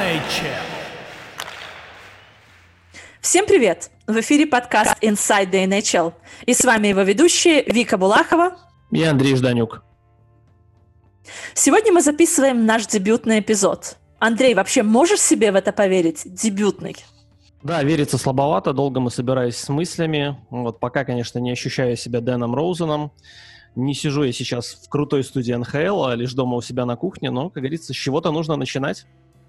NHL. Всем привет! В эфире подкаст Inside the NHL. И с вами его ведущие Вика Булахова и Андрей Жданюк. Сегодня мы записываем наш дебютный эпизод. Андрей, вообще можешь себе в это поверить? Дебютный. Да, верится слабовато, долго мы собирались с мыслями. Вот пока, конечно, не ощущаю себя Дэном Роузеном. Не сижу я сейчас в крутой студии НХЛ, а лишь дома у себя на кухне, но, как говорится, с чего-то нужно начинать.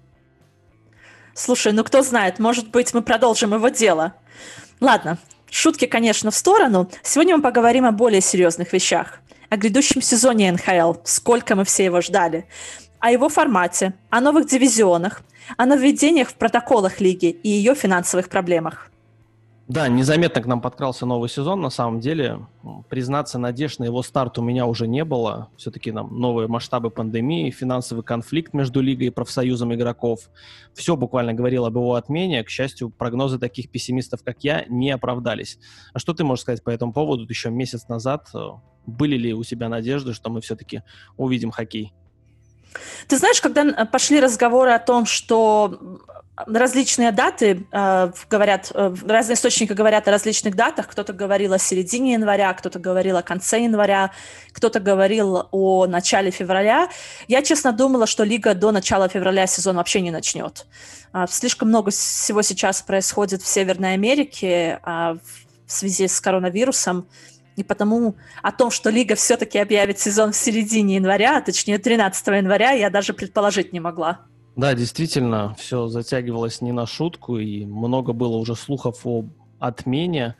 Слушай, ну кто знает, может быть, мы продолжим его дело. Ладно, шутки, конечно, в сторону. Сегодня мы поговорим о более серьезных вещах. О грядущем сезоне НХЛ, сколько мы все его ждали. О его формате, о новых дивизионах, о нововведениях в протоколах лиги и ее финансовых проблемах. Да, незаметно к нам подкрался новый сезон, на самом деле. Признаться, надежд на его старт у меня уже не было. Все-таки нам новые масштабы пандемии, финансовый конфликт между лигой и профсоюзом игроков. Все буквально говорило об его отмене. К счастью, прогнозы таких пессимистов, как я, не оправдались. А что ты можешь сказать по этому поводу? Еще месяц назад были ли у тебя надежды, что мы все-таки увидим хоккей? Ты знаешь, когда пошли разговоры о том, что различные даты говорят, разные источники говорят о различных датах, кто-то говорил о середине января, кто-то говорил о конце января, кто-то говорил о начале февраля, я, честно, думала, что лига до начала февраля сезон вообще не начнет. Слишком много всего сейчас происходит в Северной Америке в связи с коронавирусом. И потому о том, что лига все-таки объявит сезон в середине января, а точнее 13 января, я даже предположить не могла. Да, действительно, все затягивалось не на шутку, и много было уже слухов о отмене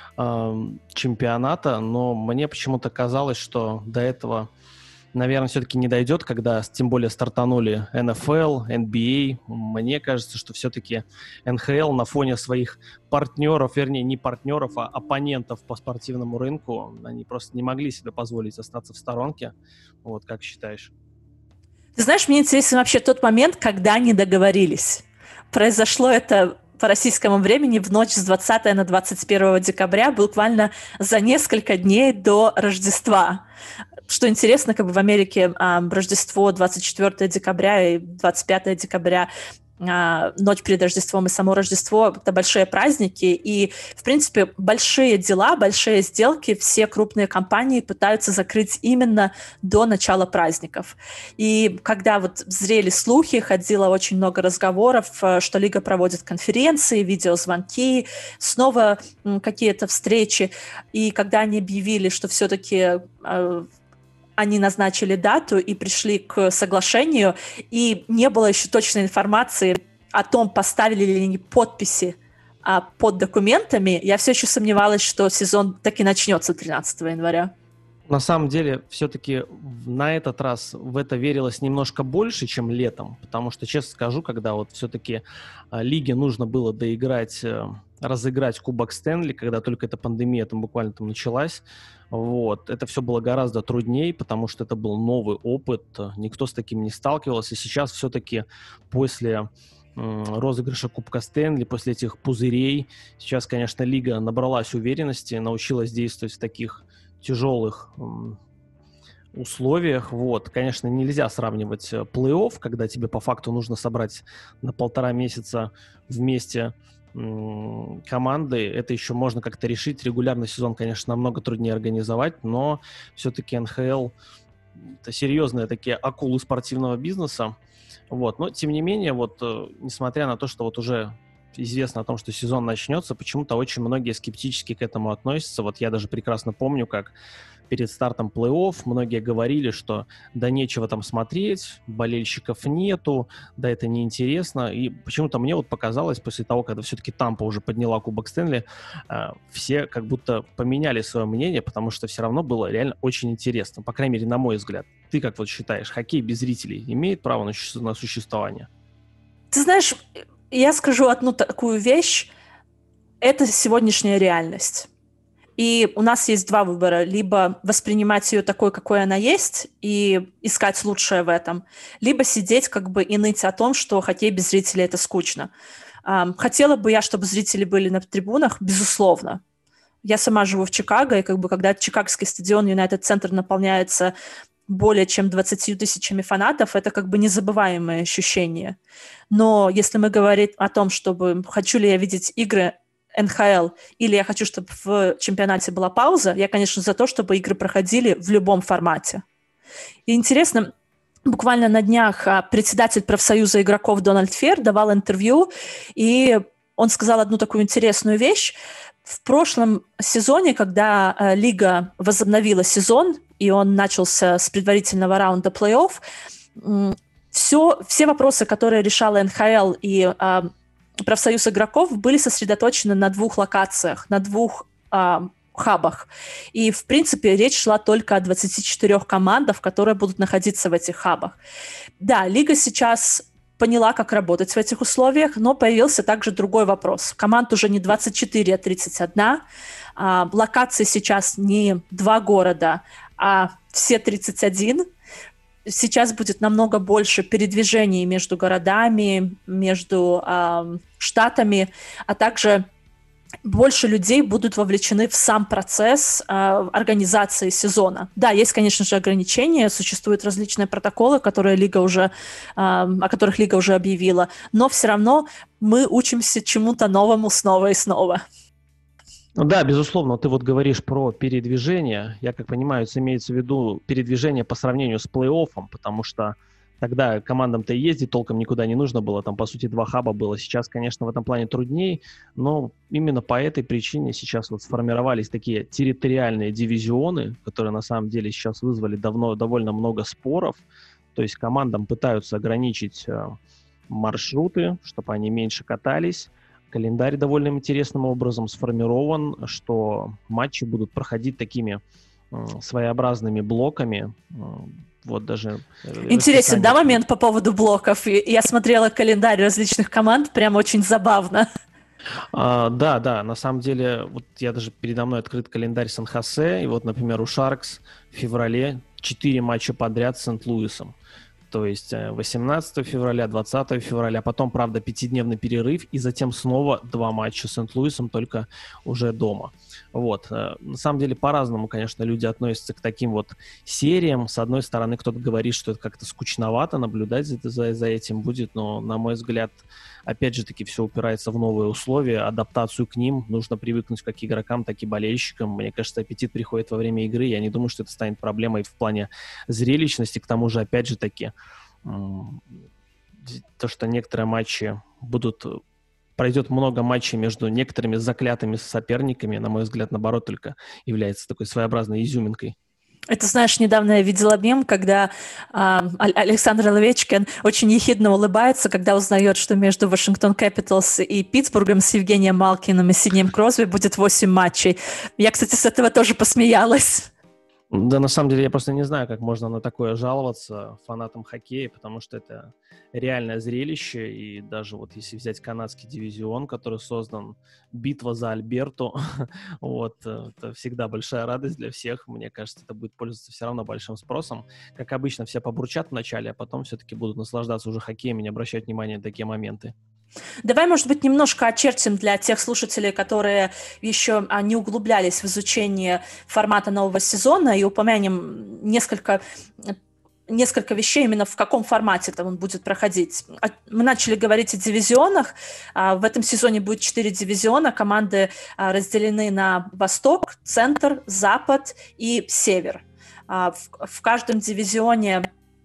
чемпионата, но мне почему-то казалось, что до этого, наверное, все-таки не дойдет, когда тем более стартанули НФЛ, NBA. Мне кажется, что все-таки НХЛ на фоне своих партнеров, вернее, не партнеров, а оппонентов по спортивному рынку, они просто не могли себе позволить остаться в сторонке. Вот, как считаешь? Ты знаешь, мне интересен вообще тот момент, когда они договорились. Произошло это по российскому времени в ночь с 20 на 21 декабря, буквально за несколько дней до Рождества. Что интересно, как бы в Америке Рождество 24 декабря и 25 декабря, ночь перед Рождеством и само Рождество — это большие праздники, и, в принципе, большие дела, большие сделки все крупные компании пытаются закрыть именно до начала праздников. И когда вот зрели слухи, ходило очень много разговоров, что лига проводит конференции, видеозвонки, снова какие-то встречи, и когда они объявили, что все-таки они назначили дату и пришли к соглашению, и не было еще точной информации о том, поставили ли они подписи под документами. Я все еще сомневалась, что сезон таки начнется 13 января. На самом деле, все-таки на этот раз в это верилось немножко больше, чем летом, потому что, честно скажу, когда вот все-таки лиге нужно было разыграть Кубок Стэнли, когда только эта пандемия там буквально началась, вот, это все было гораздо труднее, потому что это был новый опыт, никто с таким не сталкивался. Сейчас все-таки после розыгрыша Кубка Стэнли, после этих пузырей, сейчас, конечно, лига набралась уверенности, научилась действовать в таких тяжелых условиях. Вот. Конечно, нельзя сравнивать плей-офф, когда тебе по факту нужно собрать на 1,5 месяца вместе команды. Это еще можно как-то решить. Регулярный сезон, конечно, намного труднее организовать, но все-таки НХЛ — это серьезные такие акулы спортивного бизнеса. Вот. Но, тем не менее, вот, несмотря на то, что вот уже известно о том, что сезон начнется, почему-то очень многие скептически к этому относятся. Вот я даже прекрасно помню, как перед стартом плей-офф многие говорили, что да нечего там смотреть, болельщиков нету, да это неинтересно. И почему-то мне вот показалось, после того, когда все-таки Тампа уже подняла Кубок Стэнли, все как будто поменяли свое мнение, потому что все равно было реально очень интересно, по крайней мере, на мой взгляд. Ты как вот считаешь, хоккей без зрителей имеет право на существование? Ты знаешь, я скажу одну такую вещь. Это сегодняшняя реальность. И у нас есть два выбора. Либо воспринимать ее такой, какой она есть, и искать лучшее в этом, либо сидеть как бы и ныть о том, что хоккей без зрителей — это скучно. Хотела бы я, чтобы зрители были на трибунах, безусловно. Я сама живу в Чикаго, и как бы когда Чикагский стадион Юнайтед Центр наполняется более чем 20 тысячами фанатов, это как бы незабываемое ощущение. Но если мы говорим о том, чтобы хочу ли я видеть игры НХЛ или я хочу, чтобы в чемпионате была пауза, я, конечно, за то, чтобы игры проходили в любом формате. И интересно, буквально на днях председатель профсоюза игроков Дональд Фер давал интервью, и он сказал одну такую интересную вещь. В прошлом сезоне, когда лига возобновила сезон, и он начался с предварительного раунда плей-офф, все вопросы, которые решала НХЛ и профсоюз игроков, были сосредоточены на 2 локациях, на 2 хабах. И, в принципе, речь шла только о 24 командах, которые будут находиться в этих хабах. Да, лига сейчас поняла, как работать в этих условиях, но появился также другой вопрос. Команд уже не 24, а 31. Локации сейчас не 2 города, а все 31. Сейчас будет намного больше передвижений между городами, между штатами, а также больше людей будут вовлечены в сам процесс организации сезона. Да, есть, конечно же, ограничения, существуют различные протоколы, которые о которых лига уже объявила, но все равно мы учимся чему-то новому снова и снова. Ну да, безусловно, ты вот говоришь про передвижение. Я, как понимаю, имеется в виду передвижение по сравнению с плей-оффом, потому что тогда командам-то и ездить толком никуда не нужно было. Там, по сути, 2 хаба было. Сейчас, конечно, в этом плане трудней, но именно по этой причине сейчас вот сформировались такие территориальные дивизионы, которые на самом деле сейчас вызвали довольно много споров. То есть командам пытаются ограничить маршруты, чтобы они меньше катались. Календарь довольно интересным образом сформирован, что матчи будут проходить такими своеобразными блоками. Вот даже интересен, да, момент по поводу блоков? Я смотрела календарь различных команд, прям очень забавно. Да, на самом деле, вот я даже передо мной открыт календарь Сан-Хосе, и вот, например, у Шаркс в феврале 4 матча подряд с Сент-Луисом. То есть 18 февраля, 20 февраля, потом, правда, 5-дневный перерыв, и затем снова 2 матча с Сент-Луисом, только уже дома. Вот. На самом деле, по-разному, конечно, люди относятся к таким вот сериям. С одной стороны, кто-то говорит, что это как-то скучновато, наблюдать за этим будет, но, на мой взгляд, опять же таки, все упирается в новые условия, адаптацию к ним. Нужно привыкнуть как игрокам, так и болельщикам. Мне кажется, аппетит приходит во время игры. Я не думаю, что это станет проблемой в плане зрелищности. К тому же, опять же таки, то, что некоторые матчи пройдет много матчей между некоторыми заклятыми соперниками, на мой взгляд, наоборот, только является такой своеобразной изюминкой. Это, знаешь, недавно я видела мем, когда Александр Ловечкин очень ехидно улыбается, когда узнает, что между Вашингтон Кэпиталс и Питтсбургом с Евгением Малкиным и Сиднеем Кросби будет 8 матчей. Я, кстати, с этого тоже посмеялась. Да, на самом деле, я просто не знаю, как можно на такое жаловаться фанатам хоккея, потому что это реальное зрелище, и даже вот если взять канадский дивизион, который создан, битва за Альберту, вот, это всегда большая радость для всех, мне кажется, это будет пользоваться все равно большим спросом. Как обычно, все побурчат вначале, а потом все-таки будут наслаждаться уже хоккеем и не обращать внимания на такие моменты. Давай, может быть, немножко очертим для тех слушателей, которые еще не углублялись в изучение формата нового сезона, и упомянем несколько вещей именно в каком формате там он будет проходить. Мы начали говорить о дивизионах. В этом сезоне будет 4 дивизиона. Команды разделены на Восток, Центр, Запад и Север. В каждом дивизионе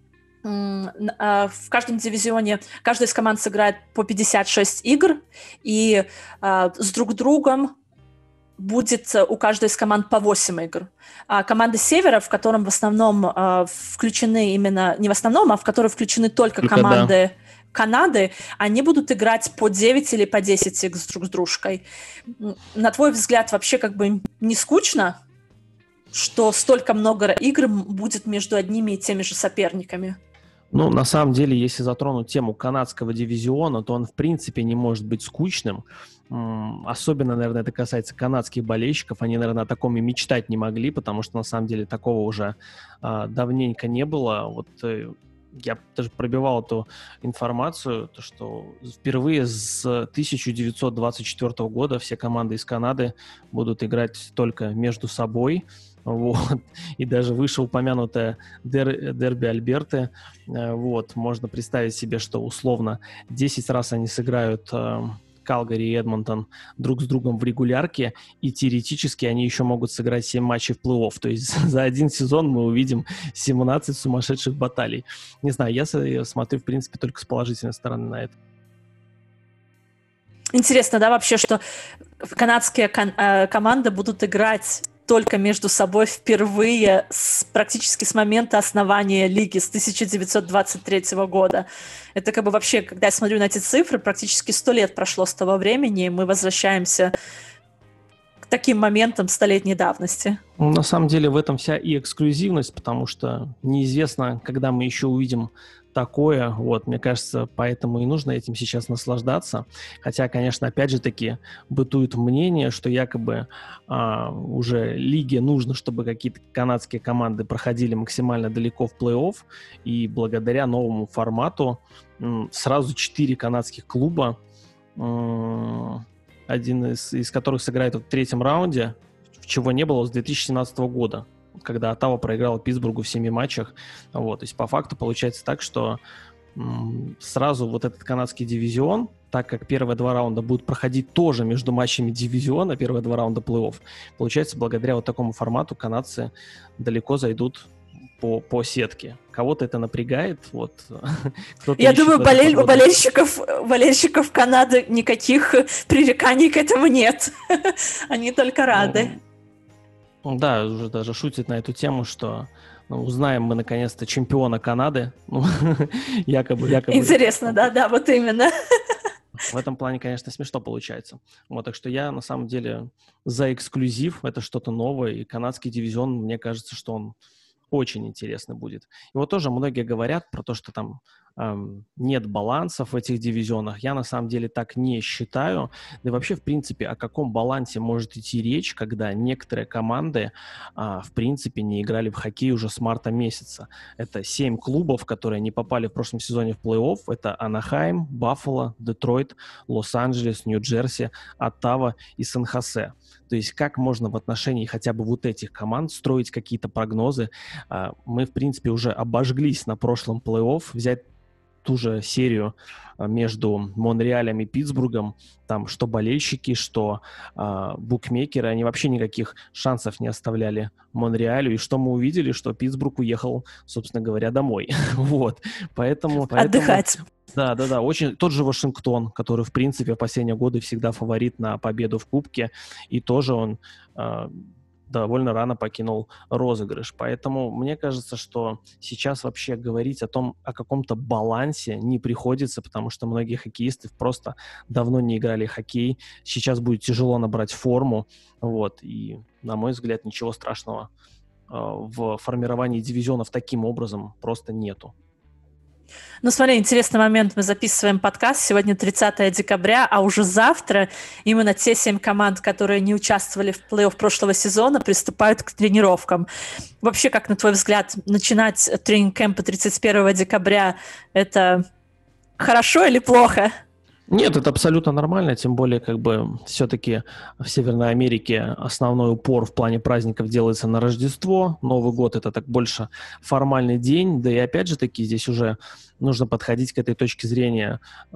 каждая из команд сыграет по 56 игр, и с друг другом будет у каждой из команд по 8 игр. Команда Севера, в котором в основном включены именно, не в основном, а в которой включены только команды Канады, они будут играть по 9 или по 10 игр друг с дружкой. На твой взгляд, вообще как бы не скучно, что столько много игр будет между одними и теми же соперниками? Ну, на самом деле, если затронуть тему канадского дивизиона, то он, в принципе, не может быть скучным. Особенно, наверное, это касается канадских болельщиков. Они, наверное, о таком и мечтать не могли, потому что, на самом деле, такого уже давненько не было. Вот я даже пробивал эту информацию, то, что впервые с 1924 года все команды из Канады будут играть только между собой. Вот. И даже вышеупомянутое дерби Альберты. Вот. Можно представить себе, что условно 10 раз они сыграют Калгари и Эдмонтон друг с другом в регулярке, и теоретически они еще могут сыграть 7 матчей в плей-офф. То есть за один сезон мы увидим 17 сумасшедших баталий. Не знаю, я смотрю, в принципе, только с положительной стороны на это. Интересно, да, вообще, что канадские команды будут играть только между собой впервые практически с момента основания лиги, с 1923 года. Это как бы вообще, когда я смотрю на эти цифры, практически 100 лет прошло с того времени, и мы возвращаемся к таким моментам столетней давности. На самом деле в этом вся и эксклюзивность, потому что неизвестно, когда мы еще увидим такое, вот, мне кажется, поэтому и нужно этим сейчас наслаждаться. Хотя, конечно, опять же таки бытует мнение, что якобы уже лиге нужно, чтобы какие-то канадские команды проходили максимально далеко в плей-офф, и благодаря новому формату сразу 4 канадских клуба, один из которых сыграет в третьем раунде, чего не было с 2017 года, когда Оттава проиграла Питтсбургу в 7 матчах. Вот, то есть по факту получается так, что сразу вот этот канадский дивизион, так как первые 2 раунда будут проходить тоже между матчами дивизиона, первые 2 раунда плей-офф, получается, благодаря вот такому формату канадцы далеко зайдут по сетке. Кого-то это напрягает, вот. Я думаю, у болельщиков Канады никаких пререканий к этому нет. Они только рады. Да, уже даже шутят на эту тему, что узнаем мы наконец-то чемпиона Канады. Якобы. Интересно, да, вот именно. В этом плане, конечно, смешно получается. Вот, так что я, на самом деле, за эксклюзив. Это что-то новое. И канадский дивизион, мне кажется, что он очень интересный будет. И вот тоже многие говорят про то, что там нет балансов в этих дивизионах. Я на самом деле так не считаю. Да и вообще, в принципе, о каком балансе может идти речь, когда некоторые команды, в принципе, не играли в хоккей уже с марта месяца. Это 7 клубов, которые не попали в прошлом сезоне в плей-офф. Это Анахайм, Баффало, Детройт, Лос-Анджелес, Нью-Джерси, Оттава и Сан-Хосе. То есть как можно в отношении хотя бы вот этих команд строить какие-то прогнозы? Мы, в принципе, уже обожглись на прошлом плей-офф. Взять ту же серию между Монреалем и Питтсбургом, там что болельщики, что букмекеры, они вообще никаких шансов не оставляли Монреалю, и что мы увидели, что Питтсбург уехал, собственно говоря, домой. Вот, поэтому... Отдыхать. Да, очень тот же Вашингтон, который, в принципе, в последние годы всегда фаворит на победу в Кубке, и тоже он довольно рано покинул розыгрыш. Поэтому мне кажется, что сейчас вообще говорить о каком-то балансе не приходится, потому что многие хоккеисты просто давно не играли в хоккей. Сейчас будет тяжело набрать форму. Вот, и, на мой взгляд, ничего страшного в формировании дивизионов таким образом просто нету. Ну, смотри, интересный момент. Мы записываем подкаст. Сегодня 30 декабря, а уже завтра именно те 7 команд, которые не участвовали в плей-офф прошлого сезона, приступают к тренировкам. Вообще, как на твой взгляд, начинать тренинг-кэмпы 31 декабря – это хорошо или плохо? Нет, это абсолютно нормально, тем более, как бы, все-таки в Северной Америке основной упор в плане праздников делается на Рождество. Новый год – это так больше формальный день, да и опять же таки здесь уже нужно подходить к этой точке зрения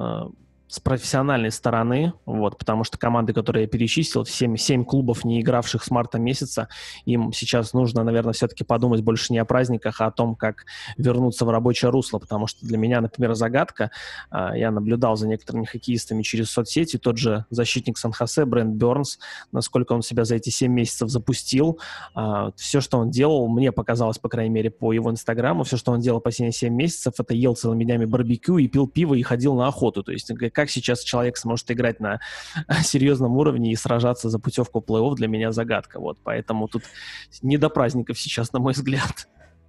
с профессиональной стороны, вот, потому что команды, которые я перечислил, 7 клубов, не игравших с марта месяца, им сейчас нужно, наверное, все-таки подумать больше не о праздниках, а о том, как вернуться в рабочее русло, потому что для меня, например, загадка, я наблюдал за некоторыми хоккеистами через соцсети, тот же защитник Сан-Хосе, Брент Бернс, насколько он себя за эти 7 месяцев запустил, все, что он делал, мне показалось, по крайней мере, по его инстаграму, все, что он делал последние 7 месяцев, это ел целыми днями барбекю и пил пиво и ходил на охоту, то есть как сейчас человек сможет играть на серьезном уровне и сражаться за путевку в плей-офф, для меня загадка. Вот. Поэтому тут не до праздников сейчас, на мой взгляд.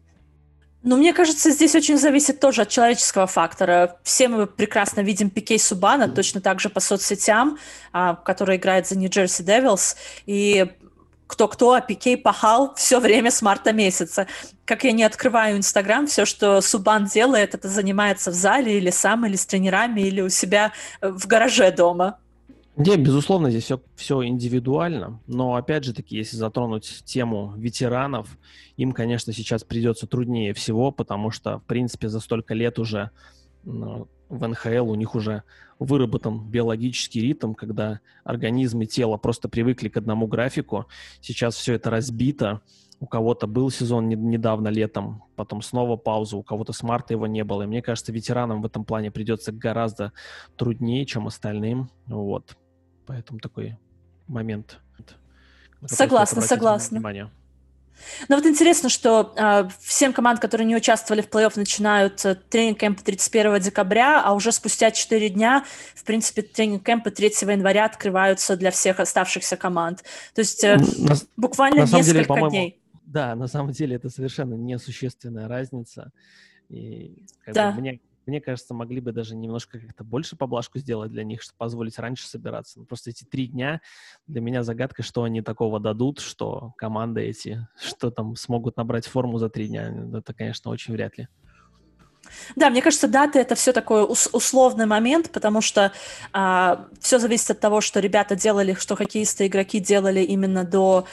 Ну, мне кажется, здесь очень зависит тоже от человеческого фактора. Все мы прекрасно видим Пике Суббана, точно так же по соцсетям, который играет за Нью-Джерси Девилс, и кто-кто, а Пикей пахал все время с марта месяца. Как я не открываю Инстаграм, все, что Субан делает, это занимается в зале или сам, или с тренерами, или у себя в гараже дома. Не, безусловно, здесь все индивидуально, но опять же таки, если затронуть тему ветеранов, им, конечно, сейчас придется труднее всего, потому что, в принципе, за столько лет уже в НХЛ у них уже выработан биологический ритм, когда организм и тело просто привыкли к одному графику. Сейчас все это разбито. У кого-то был сезон недавно летом, потом снова пауза, у кого-то с марта его не было. И мне кажется, ветеранам в этом плане придется гораздо труднее, чем остальным. Вот. Поэтому такой момент. Согласна. Внимание. Но вот интересно, что всем командам, которые не участвовали в плей-офф, начинают тренинг-кэмпы 31 декабря, а уже спустя 4 дня, в принципе, тренинг-кэмпы 3 января открываются для всех оставшихся команд. То есть буквально несколько дней. Да, на самом деле это совершенно несущественная разница. И мне кажется, могли бы даже немножко как-то больше поблажку сделать для них, чтобы позволить раньше собираться. Но просто эти 3 дня для меня загадка, что они такого дадут, что команды эти, что там смогут набрать форму за 3 дня. Это, конечно, очень вряд ли. Да, мне кажется, даты — это все такой условный момент, потому что все зависит от того, что ребята делали, что хоккеисты, игроки делали именно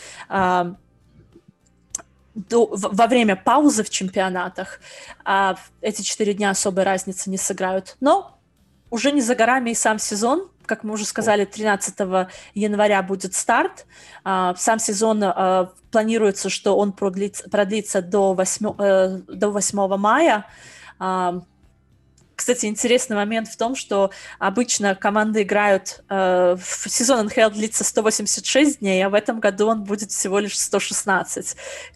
во время паузы в чемпионатах. Эти 4 дня особой разницы не сыграют. Но уже не за горами и сам сезон. Как мы уже сказали, 13 января будет старт. Сам сезон планируется, что он продлится до 8 мая. Кстати, интересный момент в том, что обычно команды играют... сезон НХЛ длится 186 дней, а в этом году он будет всего лишь 116.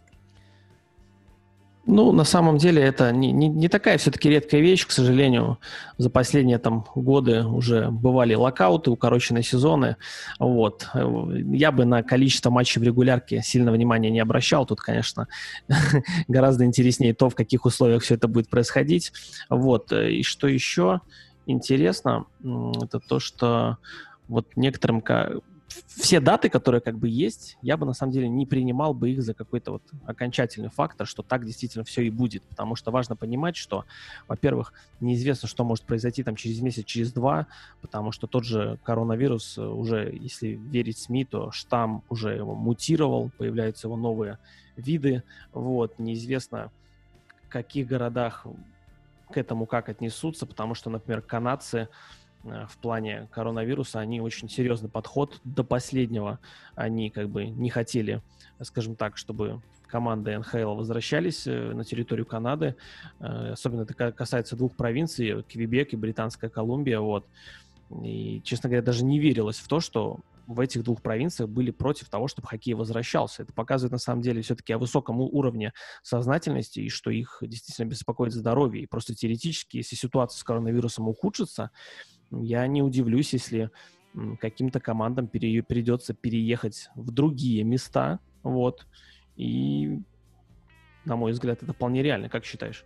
Ну, на самом деле, это не такая все-таки редкая вещь, к сожалению. За последние годы уже бывали локауты, укороченные сезоны. Вот. Я бы на количество матчей в регулярке сильно внимания не обращал. Тут, конечно, гораздо интереснее то, в каких условиях все это будет происходить. Вот. И что еще интересно, это то, что вот некоторым... Все даты, которые есть, я бы на самом деле не принимал бы их за какой-то окончательный фактор, что так действительно все и будет. Потому что важно понимать, что, во-первых, неизвестно, что может произойти через месяц, через 2, потому что тот же коронавирус уже, если верить СМИ, то штамм уже его мутировал, появляются его новые виды. Вот, неизвестно, в каких городах к этому как отнесутся, потому что, например, канадцы в плане коронавируса, они очень серьезный подход до последнего. Они не хотели, скажем так, чтобы команды НХЛ возвращались на территорию Канады. Особенно это касается 2 провинций, Квебек и Британская Колумбия. Вот. И, честно говоря, даже не верилось в то, что в этих 2 провинциях были против того, чтобы хоккей возвращался. Это показывает, на самом деле, все-таки о высоком уровне сознательности, и что их действительно беспокоит здоровье. И просто теоретически, если ситуация с коронавирусом ухудшится, я не удивлюсь, если каким-то командам придется переехать в другие места. Вот. И, на мой взгляд, это вполне реально. Как считаешь?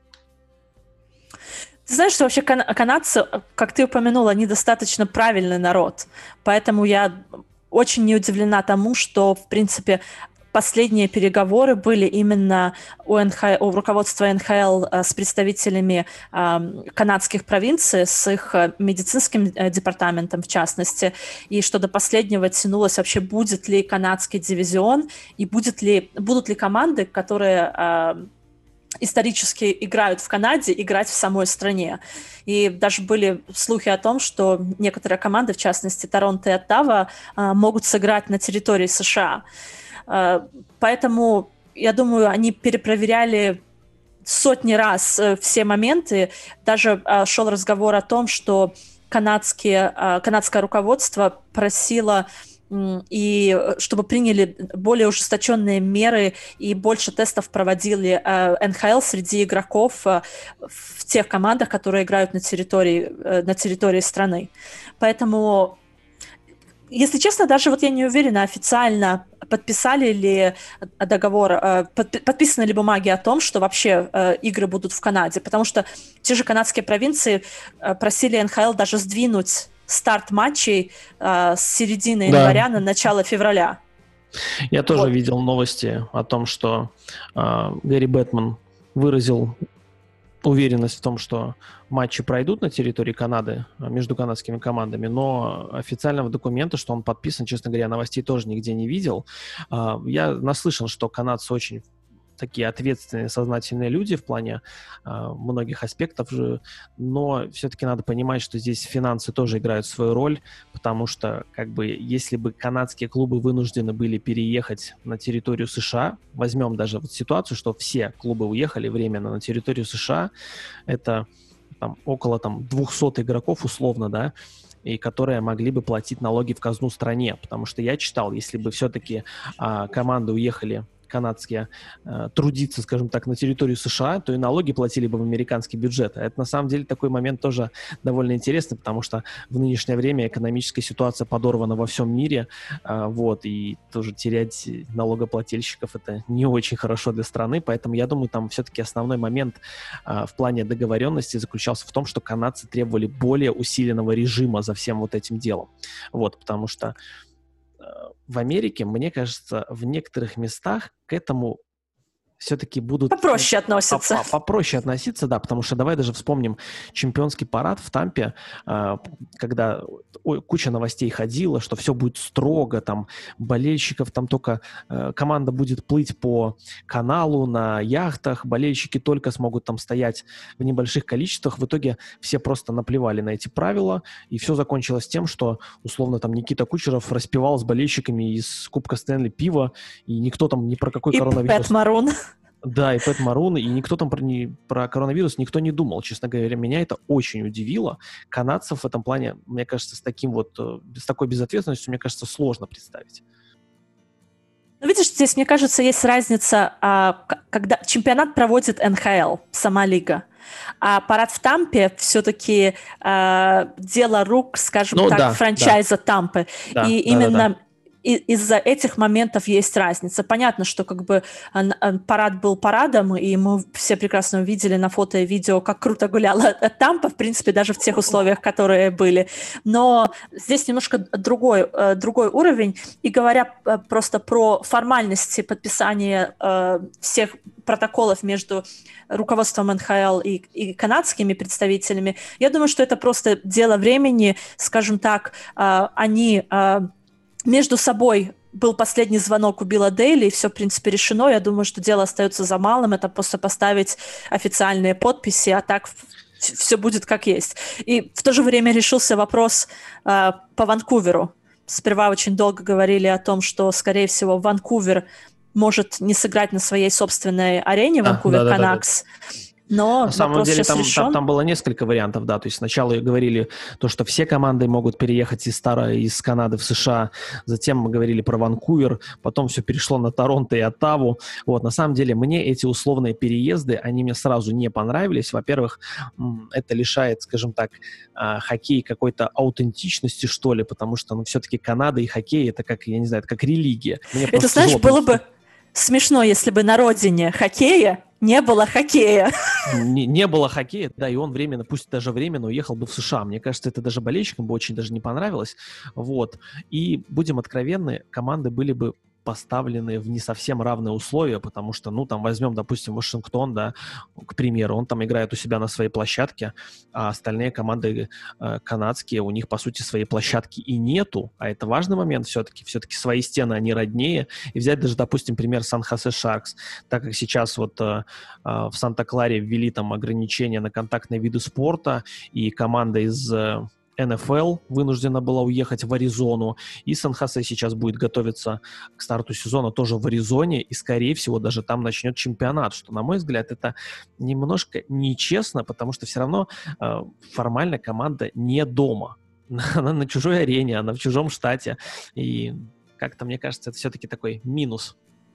Ты знаешь, что вообще канадцы, как ты упомянула, они достаточно правильный народ. Поэтому я очень не удивлена тому, что, в принципе, последние переговоры были именно у руководства НХЛ с представителями канадских провинций, с их медицинским департаментом в частности, и что до последнего тянулось вообще, будет ли канадский дивизион, и будут ли команды, которые исторически играют в Канаде, играть в самой стране. И даже были слухи о том, что некоторые команды, в частности Торонто и Оттава, могут сыграть на территории США. Поэтому, я думаю, они перепроверяли сотни раз все моменты. Даже шел разговор о том, что канадское руководство просило, и чтобы приняли более ужесточенные меры и больше тестов проводили НХЛ среди игроков в тех командах, которые играют на территории страны. Поэтому, если честно, даже я не уверена, официально подписали ли договор, подписаны ли бумаги о том, что вообще игры будут в Канаде, потому что те же канадские провинции просили НХЛ даже сдвинуть старт матчей с середины января на начало февраля. Я тоже Вот. видел новости о том, что Гэри Бэтмен выразил уверенность в том, что матчи пройдут на территории Канады между канадскими командами, но официального документа, что он подписан, честно говоря, новостей тоже нигде не видел. Я наслышан, что канадцы очень такие ответственные, сознательные люди в плане многих аспектов же, но все-таки надо понимать, что здесь финансы тоже играют свою роль, потому что, как бы, если бы канадские клубы вынуждены были переехать на территорию США, возьмем даже вот ситуацию, что все клубы уехали временно на территорию США, это там, около 200 игроков условно, да, и которые могли бы платить налоги в казну стране, потому что я читал, если бы все-таки команды уехали канадские трудиться, скажем так, на территорию США, то и налоги платили бы в американский бюджет. А это на самом деле такой момент тоже довольно интересный, потому что в нынешнее время экономическая ситуация подорвана во всем мире, вот, и тоже терять налогоплательщиков это не очень хорошо для страны, поэтому я думаю, там все-таки основной момент в плане договоренности заключался в том, что канадцы требовали более усиленного режима за всем вот этим делом. Вот, потому что в Америке, мне кажется, в некоторых местах к этому все-таки будут... Попроще относятся. Попроще относиться, да, потому что давай даже вспомним чемпионский парад в Тампе, когда куча новостей ходила, что все будет строго, там болельщиков, там только команда будет плыть по каналу на яхтах, болельщики только смогут там стоять в небольших количествах. В итоге все просто наплевали на эти правила, и все закончилось тем, что условно там Никита Кучеров распивал с болельщиками из Кубка Стэнли пиво, и никто там ни про какой коронавирус... И Пэт Марун. Да, и Пэт Марун, и никто там про коронавирус никто не думал. Честно говоря, меня это очень удивило. Канадцев в этом плане, мне кажется, с такой безответственностью, мне кажется, сложно представить. Ну, видишь, здесь, мне кажется, есть разница, когда чемпионат проводит НХЛ, сама лига, а парад в Тампе все-таки дело рук, скажем франчайза Тампы. Да, и именно из-за этих моментов есть разница. Понятно, что как бы парад был парадом, и мы все прекрасно увидели на фото и видео, как круто гуляла Тампа, в принципе, даже в тех условиях, которые были. Но здесь немножко другой уровень. И говоря просто про формальности подписания всех протоколов между руководством НХЛ и канадскими представителями, я думаю, что это просто дело времени. Скажем так, они... Между собой был последний звонок у Билла Дейли, и все, в принципе, решено. Я думаю, что дело остается за малым. Это просто поставить официальные подписи, а так все будет как есть. И в то же время решился вопрос по Ванкуверу. Сперва очень долго говорили о том, что, скорее всего, Ванкувер может не сыграть на своей собственной арене, Ванкувер Канакс. Но на самом деле там было несколько вариантов, да, то есть сначала говорили то, что все команды могут переехать из Канады в США, затем мы говорили про Ванкувер, потом все перешло на Торонто и Оттаву. Вот, на самом деле мне эти условные переезды, они мне сразу не понравились. Во-первых, это лишает, скажем так, хоккей какой-то аутентичности, что ли, потому что, все-таки Канада и хоккей, это как, я не знаю, это как религия. Это, знаешь, было бы смешно, если бы на родине хоккея не было хоккея. Не было хоккея, да, и он временно, пусть даже временно, уехал бы в США. Мне кажется, это даже болельщикам бы очень даже не понравилось. Вот. И, будем откровенны, команды были бы поставлены в не совсем равные условия, потому что, там возьмем, допустим, Вашингтон, да, к примеру, он там играет у себя на своей площадке, а остальные команды канадские, у них, по сути, своей площадки и нету, а это важный момент все-таки свои стены, они роднее, и взять даже, допустим, пример Сан-Хосе Шаркс, так как сейчас вот в Санта-Кларе ввели там ограничения на контактные виды спорта, и команда из НФЛ вынуждена была уехать в Аризону, и Сан-Хосе сейчас будет готовиться к старту сезона тоже в Аризоне, и, скорее всего, даже там начнет чемпионат, что, на мой взгляд, это немножко нечестно, потому что все равно формально команда не дома. Она на чужой арене, она в чужом штате, и как-то, мне кажется, это все-таки такой минус.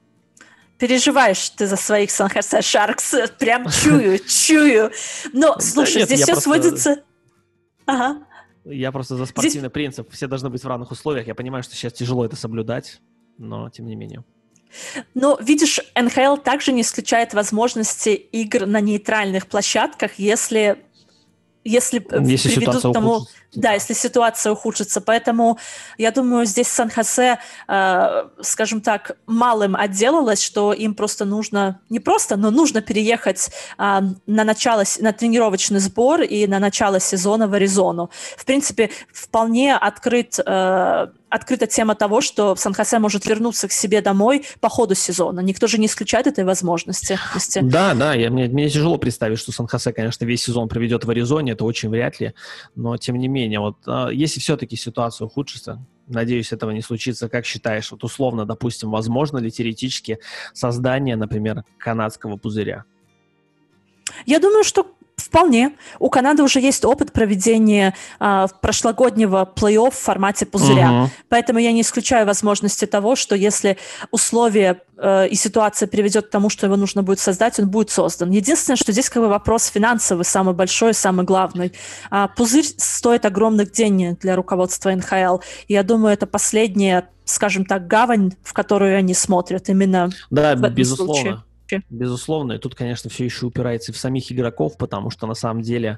Переживаешь ты за своих Сан-Хосе Шаркс, прям чую. Но, слушай, здесь все сводится... Ага. Я просто за спортивный принцип. Все должны быть в равных условиях. Я понимаю, что сейчас тяжело это соблюдать, но тем не менее. Но, видишь, НХЛ также не исключает возможности игр на нейтральных площадках, если если приведут к тому... Ухудшится. Да, если ситуация ухудшится. Поэтому, я думаю, здесь Сан-Хосе, скажем так, малым отделалось, что им просто нужно, не просто, но нужно переехать на тренировочный сбор и на начало сезона в Аризону. В принципе, вполне открыта тема того, что Сан-Хосе может вернуться к себе домой по ходу сезона. Никто же не исключает этой возможности. Да, мне тяжело представить, что Сан-Хосе, конечно, весь сезон проведет в Аризоне, это очень вряд ли, но тем не менее, вот если все-таки ситуация ухудшится, надеюсь, этого не случится, как считаешь, вот условно, допустим, возможно ли теоретически создание, например, канадского пузыря? Я думаю, что вполне. У Канады уже есть опыт проведения прошлогоднего плей-офф в формате пузыря. Поэтому я не исключаю возможности того, что если условия и ситуация приведет к тому, что его нужно будет создать, он будет создан. Единственное, что здесь вопрос финансовый, самый большой, самый главный. Пузырь стоит огромных денег для руководства НХЛ. И я думаю, это последняя, скажем так, гавань, в которую они смотрят именно в этом безусловно. случае. Безусловно, и тут, конечно, все еще упирается в самих игроков, потому что на самом деле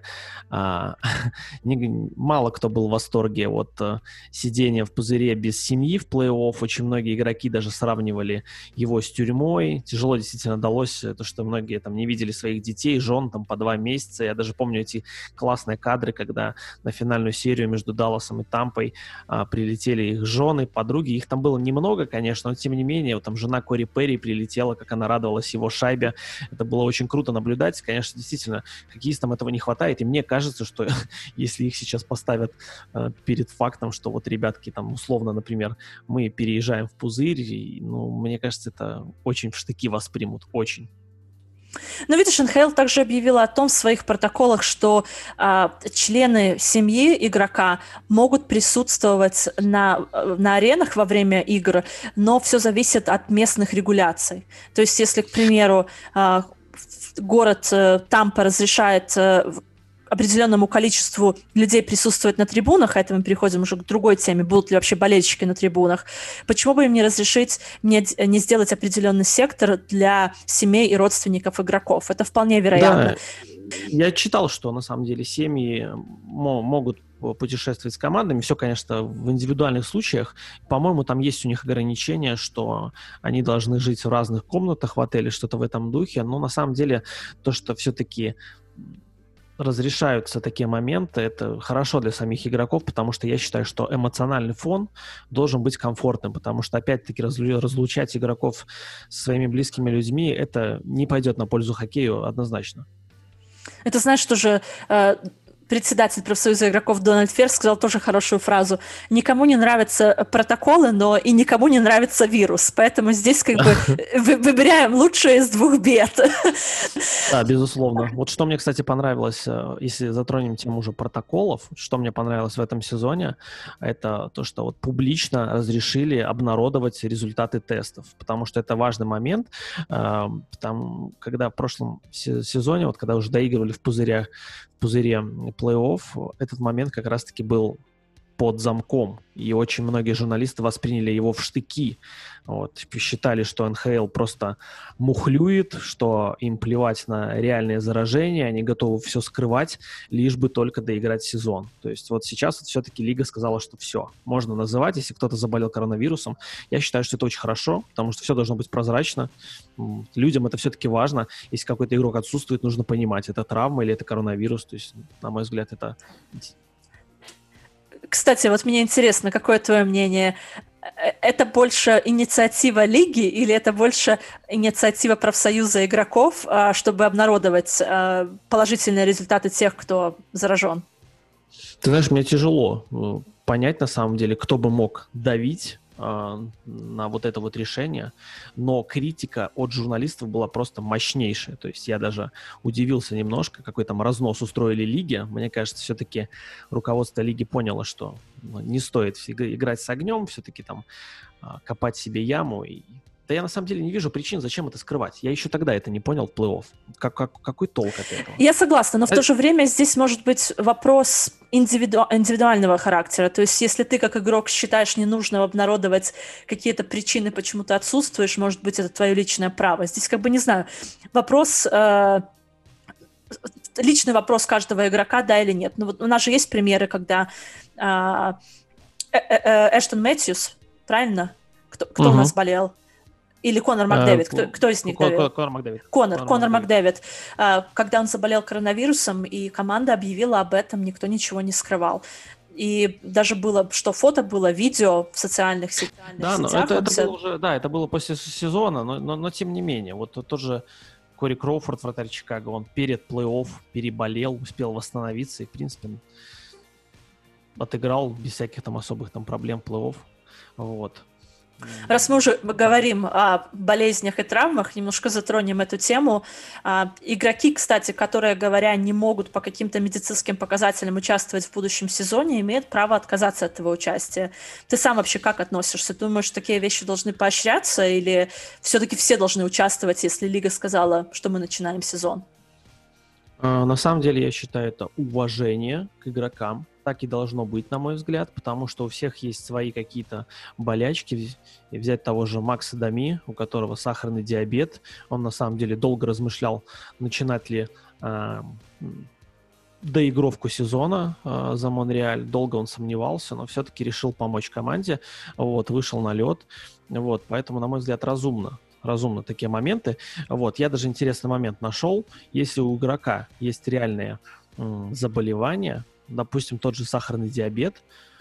мало кто был в восторге от сидения в пузыре без семьи в плей-офф. Очень многие игроки даже сравнивали его с тюрьмой. Тяжело действительно далось то, что многие там не видели своих детей, жен там по 2 месяца. Я даже помню эти классные кадры, когда на финальную серию между Далласом и Тампой прилетели их жены, подруги. Их там было немного, конечно, но тем не менее, вот там жена Кори Перри прилетела, как она радовалась его шайбе. Это было очень круто наблюдать. Конечно, действительно, хоккеистам этого не хватает. И мне кажется, что если их сейчас поставят перед фактом, что вот, ребятки, там, условно, например, мы переезжаем в пузырь, и, мне кажется, это очень в штыки воспримут. Очень. Но видишь, НХЛ также объявила о том в своих протоколах, что члены семьи игрока могут присутствовать на аренах во время игр, но все зависит от местных регуляций. То есть, если, к примеру, город Тампа разрешает определенному количеству людей присутствовать на трибунах, а это мы переходим уже к другой теме, будут ли вообще болельщики на трибунах, почему бы им не разрешить не сделать определенный сектор для семей и родственников игроков? Это вполне вероятно. Да, я читал, что на самом деле семьи могут путешествовать с командами, все, конечно, в индивидуальных случаях. По-моему, там есть у них ограничения, что они должны жить в разных комнатах в отеле, что-то в этом духе, но на самом деле то, что все-таки разрешаются такие моменты, это хорошо для самих игроков, потому что я считаю, что эмоциональный фон должен быть комфортным, потому что, опять-таки, разлучать игроков со своими близкими людьми, это не пойдет на пользу хоккею однозначно. Это значит, что же председатель профсоюза игроков Дональд Ферр сказал тоже хорошую фразу: никому не нравятся протоколы, но и никому не нравится вирус, поэтому здесь выбираем лучшее из двух бед. Да, безусловно. Вот что мне, кстати, понравилось, если затронем тему уже протоколов, что мне понравилось в этом сезоне, это то, что вот публично разрешили обнародовать результаты тестов, потому что это важный момент, когда в прошлом сезоне, вот когда уже доигрывали в пузыре плей-офф, этот момент как раз-таки был под замком, и очень многие журналисты восприняли его в штыки. Вот, считали, что НХЛ просто мухлюет, что им плевать на реальные заражения, они готовы все скрывать, лишь бы только доиграть сезон. То есть вот сейчас вот все-таки лига сказала, что все, можно называть, если кто-то заболел коронавирусом. Я считаю, что это очень хорошо, потому что все должно быть прозрачно. Людям это все-таки важно. Если какой-то игрок отсутствует, нужно понимать, это травма или это коронавирус. То есть, на мой взгляд, это... Кстати, вот мне интересно, какое твое мнение? Это больше инициатива лиги или это больше инициатива профсоюза игроков, чтобы обнародовать положительные результаты тех, кто заражен? Ты знаешь, мне тяжело понять, на самом деле, кто бы мог давить на вот это вот решение, но критика от журналистов была просто мощнейшая. То есть я даже удивился немножко, какой там разнос устроили лиги. Мне кажется, все-таки руководство лиги поняло, что не стоит играть с огнем, все-таки там копать себе яму. Да я на самом деле не вижу причин, зачем это скрывать. Я еще тогда это не понял в плей-офф. Какой толк от этого? Я согласна, но в то же время здесь может быть вопрос индивидуального характера. То есть если ты как игрок считаешь ненужным обнародовать какие-то причины, почему ты отсутствуешь, может быть, это твое личное право. Здесь не знаю. Вопрос... личный вопрос каждого игрока, да или нет. Ну, вот у нас же есть примеры, когда Эштон Мэтьюс, правильно? Кто у нас болел? Или Конор Макдэвид? Кто из них? Конор Макдэвид. Конор Макдэвид. Когда он заболел коронавирусом, и команда объявила об этом, никто ничего не скрывал. И даже было, что фото было, видео в социальных сетях. Да, но это было уже, да, это было после сезона, но тем не менее. Вот тот же Кори Кроуфорд, вратарь Чикаго, он перед плей-офф переболел, успел восстановиться и, в принципе, отыграл без всяких там особых там проблем плей-офф. Вот. Раз мы уже говорим о болезнях и травмах, немножко затронем эту тему. Игроки, кстати, которые, говоря, не могут по каким-то медицинским показателям участвовать в будущем сезоне, имеют право отказаться от этого участия. Ты сам вообще как относишься? Думаешь, такие вещи должны поощряться или все-таки все должны участвовать, если лига сказала, что мы начинаем сезон? На самом деле, я считаю, это уважение к игрокам. Так и должно быть, на мой взгляд, потому что у всех есть свои какие-то болячки. И взять того же Макса Доми, у которого сахарный диабет. Он, на самом деле, долго размышлял, начинать ли доигровку сезона за Монреаль. Долго он сомневался, но все-таки решил помочь команде. Вот, вышел на лед. Вот, поэтому, на мой взгляд, разумно такие моменты. Вот, я даже интересный момент нашел. Если у игрока есть реальные заболевания, допустим, тот же сахарный диабет,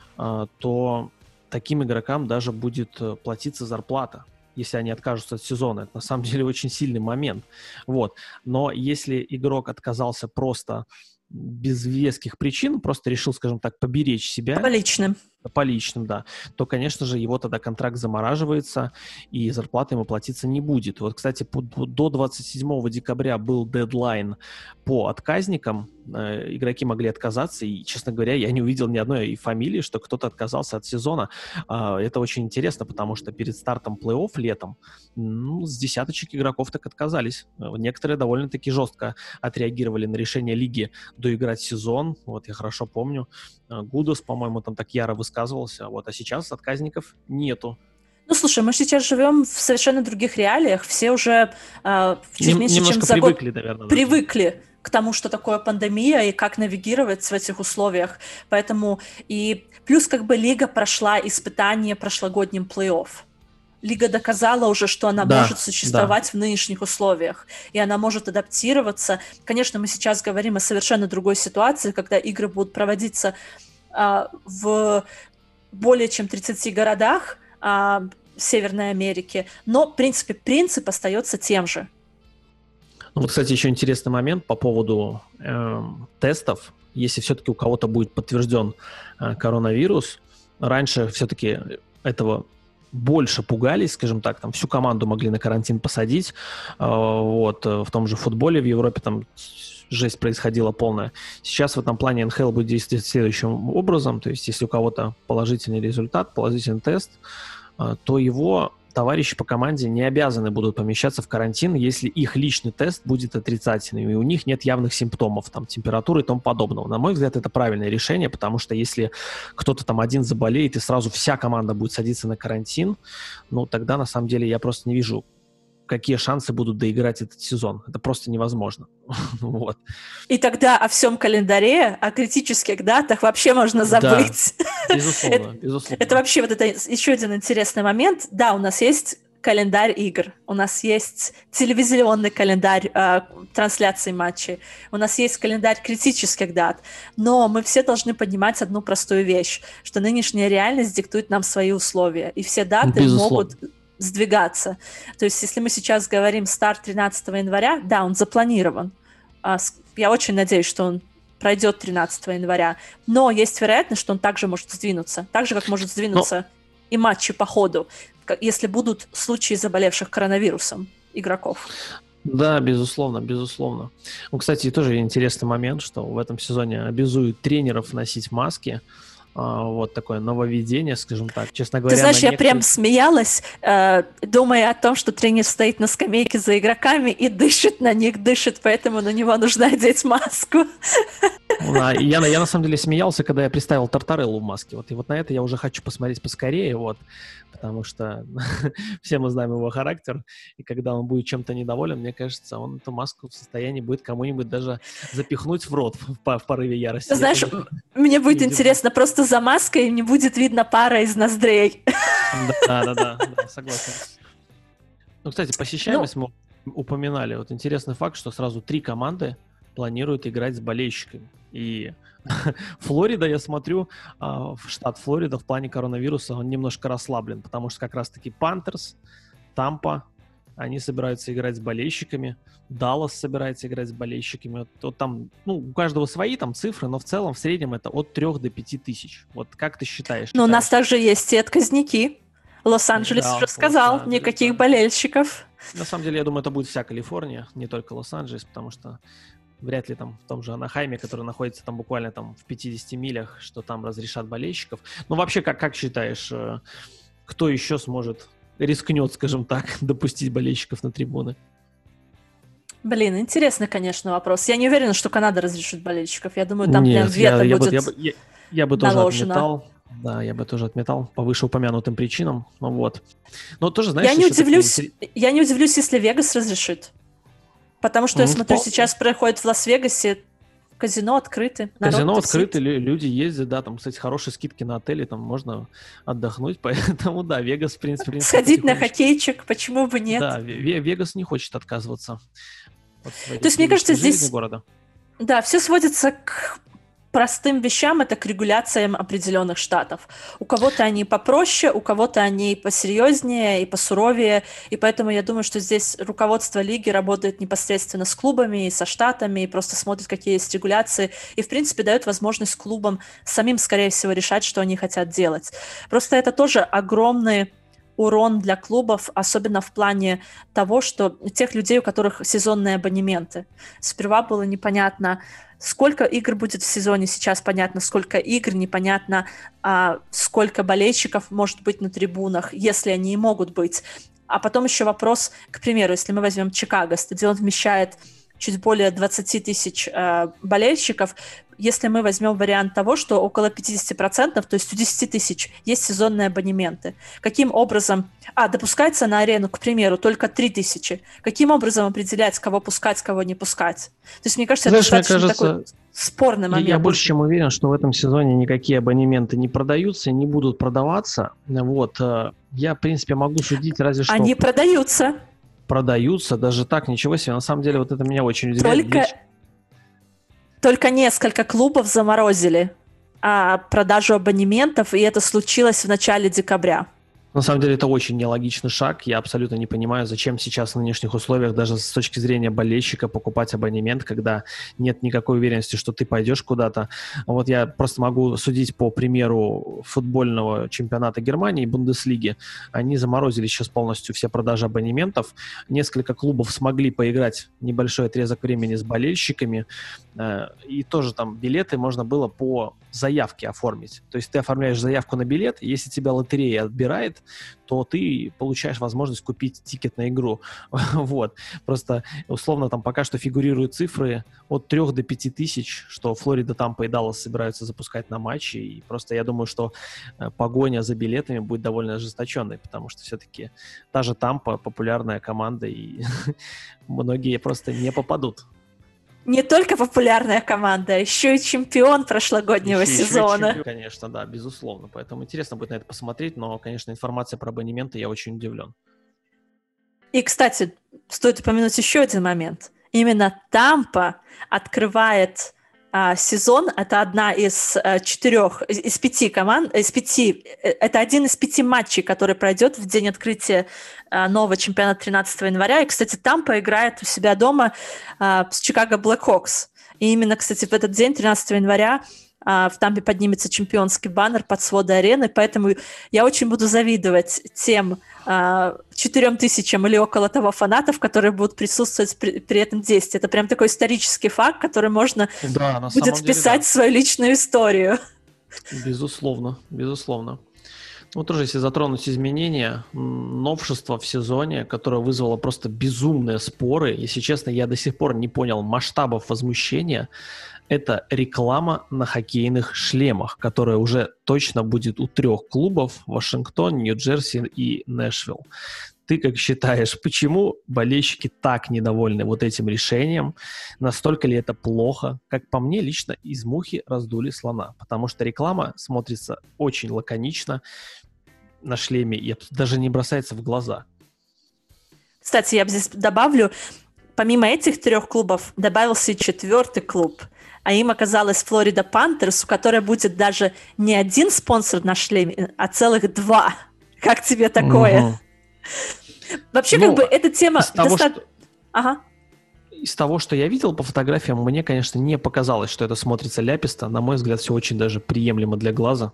то таким игрокам даже будет платиться зарплата, если они откажутся от сезона. Это на самом деле очень сильный момент. Вот. Но если игрок отказался просто без веских причин, просто решил, скажем так, поберечь себя. По личным, да. То, конечно же, его тогда контракт замораживается, и зарплата ему платиться не будет. Вот, кстати, до 27 декабря был дедлайн по отказникам. Игроки могли отказаться, и, честно говоря, я не увидел ни одной фамилии, что кто-то отказался от сезона. Это очень интересно, потому что перед стартом плей-офф летом с десяточек игроков так отказались. Некоторые довольно-таки жестко отреагировали на решение лиги доиграть сезон. Вот я хорошо помню. Гудос, по-моему, там так яро высказывался. Вот, а сейчас отказников нету. Ну, слушай, мы сейчас живем в совершенно других реалиях. Все уже чуть меньше, чем за год привыкли к тому, что такое пандемия и как навигировать в этих условиях. Поэтому и плюс как бы лига прошла испытание прошлогодним плей-офф. Лига доказала уже, что она может существовать в нынешних условиях, и она может адаптироваться. Конечно, мы сейчас говорим о совершенно другой ситуации, когда игры будут проводиться в более чем 30 городах Северной Америки, но, в принципе, принцип остается тем же. Ну, вот, кстати, еще интересный момент по поводу тестов. Если все-таки у кого-то будет подтвержден коронавирус, раньше все-таки этого больше пугались, скажем так, там всю команду могли на карантин посадить. Вот, в том же футболе в Европе там жесть происходила полная. Сейчас в этом плане НХЛ будет действовать следующим образом. То есть, если у кого-то положительный результат, положительный тест, то его товарищи по команде не обязаны будут помещаться в карантин, если их личный тест будет отрицательным, и у них нет явных симптомов, там, температуры и тому подобного. На мой взгляд, это правильное решение, потому что если кто-то там один заболеет, и сразу вся команда будет садиться на карантин, ну, тогда, на самом деле, я просто не вижу, какие шансы будут доиграть этот сезон. Это просто невозможно. Вот. И тогда о всем календаре, о критических датах вообще можно забыть. Да, безусловно, безусловно. Это вообще вот это еще один интересный момент. Да, у нас есть календарь игр, у нас есть телевизионный календарь трансляций матчей, у нас есть календарь критических дат, но мы все должны понимать одну простую вещь, что нынешняя реальность диктует нам свои условия, и все даты могут сдвигаться. То есть, если мы сейчас говорим старт 13 января, да, он запланирован. Я очень надеюсь, что он пройдет 13 января, но есть вероятность, что он также может сдвинуться. Так же, как может сдвинуться и матчи по ходу, если будут случаи заболевших коронавирусом игроков. Да, безусловно, безусловно. Ну, кстати, тоже интересный момент, что в этом сезоне обязуют тренеров носить маски. Вот такое нововведение, скажем так. Честно говоря, ты знаешь, я прям смеялась, думая о том, что тренер стоит на скамейке за игроками и дышит на них, поэтому на него нужно одеть маску. Я на самом деле смеялся, когда я представил Тартареллу в маске. Вот, и вот на это я уже хочу посмотреть поскорее, вот, потому что все мы знаем его характер, и когда он будет чем-то недоволен, мне кажется, он эту маску в состоянии будет кому-нибудь даже запихнуть в рот в порыве ярости. Знаешь, мне будет интересно, просто за маской не будет видно пара из ноздрей. Да, согласен. Ну, кстати, посещаемость мы упоминали. Вот интересный факт, что сразу 3 команды планируют играть с болельщиками. И Флорида, я смотрю, штат Флорида в плане коронавируса, он немножко расслаблен, потому что как раз-таки Пантерс, Тампа, они собираются играть с болельщиками, Даллас собирается играть с болельщиками. Вот там, ну, у каждого свои там цифры, но в целом, в среднем это от 3 до 5 тысяч. Вот как ты считаешь? Но у нас также есть и отказники. Лос-Анджелес уже сказал, никаких болельщиков. На самом деле, я думаю, это будет вся Калифорния, не только Лос-Анджелес, потому что вряд ли там в том же Анахайме, который находится там буквально там в 50 милях, что там разрешат болельщиков. Ну, вообще, как считаешь, кто еще рискнет, скажем так, допустить болельщиков на трибуны? Блин, интересный, конечно, вопрос. Я не уверена, что Канада разрешит болельщиков. Я думаю, там прям вето будет я бы тоже отметал. Да, я бы тоже отметал по вышеупомянутым причинам. Вот. Но тоже, знаешь, я не удивлюсь, если Вегас разрешит. Потому что я смотрю, сейчас проходит в Лас-Вегасе, казино открыты. Казино открыты, люди ездят, да, там, кстати, хорошие скидки на отели, там можно отдохнуть, поэтому, да, Вегас, в принципе... Сходить на хоккейчик, почему бы нет? Да, Вегас не хочет отказываться. То есть, мне кажется, здесь... Города. Да, все сводится к простым вещам, это к регуляциям определенных штатов. У кого-то они попроще, у кого-то они посерьезнее и посуровее, и поэтому я думаю, что здесь руководство лиги работает непосредственно с клубами и со штатами, и просто смотрит, какие есть регуляции, и, в принципе, дает возможность клубам самим, скорее всего, решать, что они хотят делать. Просто это тоже огромный урон для клубов, особенно в плане того, что тех людей, у которых сезонные абонементы. Сперва было непонятно, сколько игр будет в сезоне, сейчас понятно, сколько игр, непонятно, сколько болельщиков может быть на трибунах, если они и могут быть. А потом еще вопрос, к примеру, если мы возьмем Чикаго, стадион вмещает чуть более 20 тысяч болельщиков. Если мы возьмем вариант того, что около 50%, то есть у 10 тысяч есть сезонные абонементы. Каким образом... допускается на арену, к примеру, только 3 тысячи. Каким образом определять, кого пускать, кого не пускать? То есть, мне кажется, это достаточно такой спорный момент. Я больше чем уверен, что в этом сезоне никакие абонементы не продаются, не будут продаваться. Вот. Я, в принципе, могу судить разве что... Они продаются. Продаются, даже так, ничего себе. На самом деле, вот это меня очень удивляет. Только несколько клубов заморозили продажу абонементов, и это случилось в начале декабря. На самом деле это очень нелогичный шаг. Я абсолютно не понимаю, зачем сейчас в нынешних условиях, даже с точки зрения болельщика, покупать абонемент, когда нет никакой уверенности, что ты пойдешь куда-то. Вот я просто могу судить по примеру футбольного чемпионата Германии, Бундеслиги. Они заморозили сейчас полностью все продажи абонементов. Несколько клубов смогли поиграть небольшой отрезок времени с болельщиками. И тоже там билеты можно было по заявке оформить. То есть ты оформляешь заявку на билет, и если тебя лотерея отбирает, то ты получаешь возможность купить тикет на игру. Вот. Просто условно там пока что фигурируют цифры от 3 до 5 тысяч, что Флорида, Тампа и Даллас собираются запускать на матчи. И просто я думаю, что погоня за билетами будет довольно ожесточенной, потому что все-таки та же Тампа популярная команда, и многие просто не попадут. Не только популярная команда, еще и чемпион прошлогоднего сезона. Чемпион, конечно, да, безусловно. Поэтому интересно будет на это посмотреть, но, конечно, информация про абонементы я очень удивлен. И, кстати, стоит упомянуть еще один момент. Именно Тампа открывает сезон. Это одна из 5 команд, это один из 5 матчей, который пройдет в день открытия нового чемпионата 13 января. И, кстати, Тампа играет у себя дома с Чикаго Блэкхокс. И именно, кстати, в этот день, 13 января, в Тампе поднимется чемпионский баннер под своды арены, поэтому я очень буду завидовать тем 4 тысячам или около того фанатов, которые будут присутствовать при этом действии. Это прям такой исторический факт, который можно будет вписать в свою личную историю. Безусловно, безусловно. Ну, тоже, если затронуть изменения, новшество в сезоне, которое вызвало просто безумные споры, если честно, я до сих пор не понял масштабов возмущения, Это реклама на хоккейных шлемах, которая уже точно будет у 3 клубов: Вашингтон, Нью-Джерси и Нэшвилл. Ты как считаешь, почему болельщики так недовольны вот этим решением? Настолько ли это плохо? Как по мне, лично из мухи раздули слона, потому что реклама смотрится очень лаконично на шлеме и даже не бросается в глаза. Кстати, я здесь добавлю, помимо этих 3 клубов добавился и 4-й клуб, а им оказалась Флорида Пантерс, у которой будет даже не один спонсор на шлеме, а целых 2. Как тебе такое? Угу. Вообще, как бы эта тема достаточно... Ага. Из того, что я видел по фотографиям, мне, конечно, не показалось, что это смотрится ляписто. На мой взгляд, все очень даже приемлемо для глаза.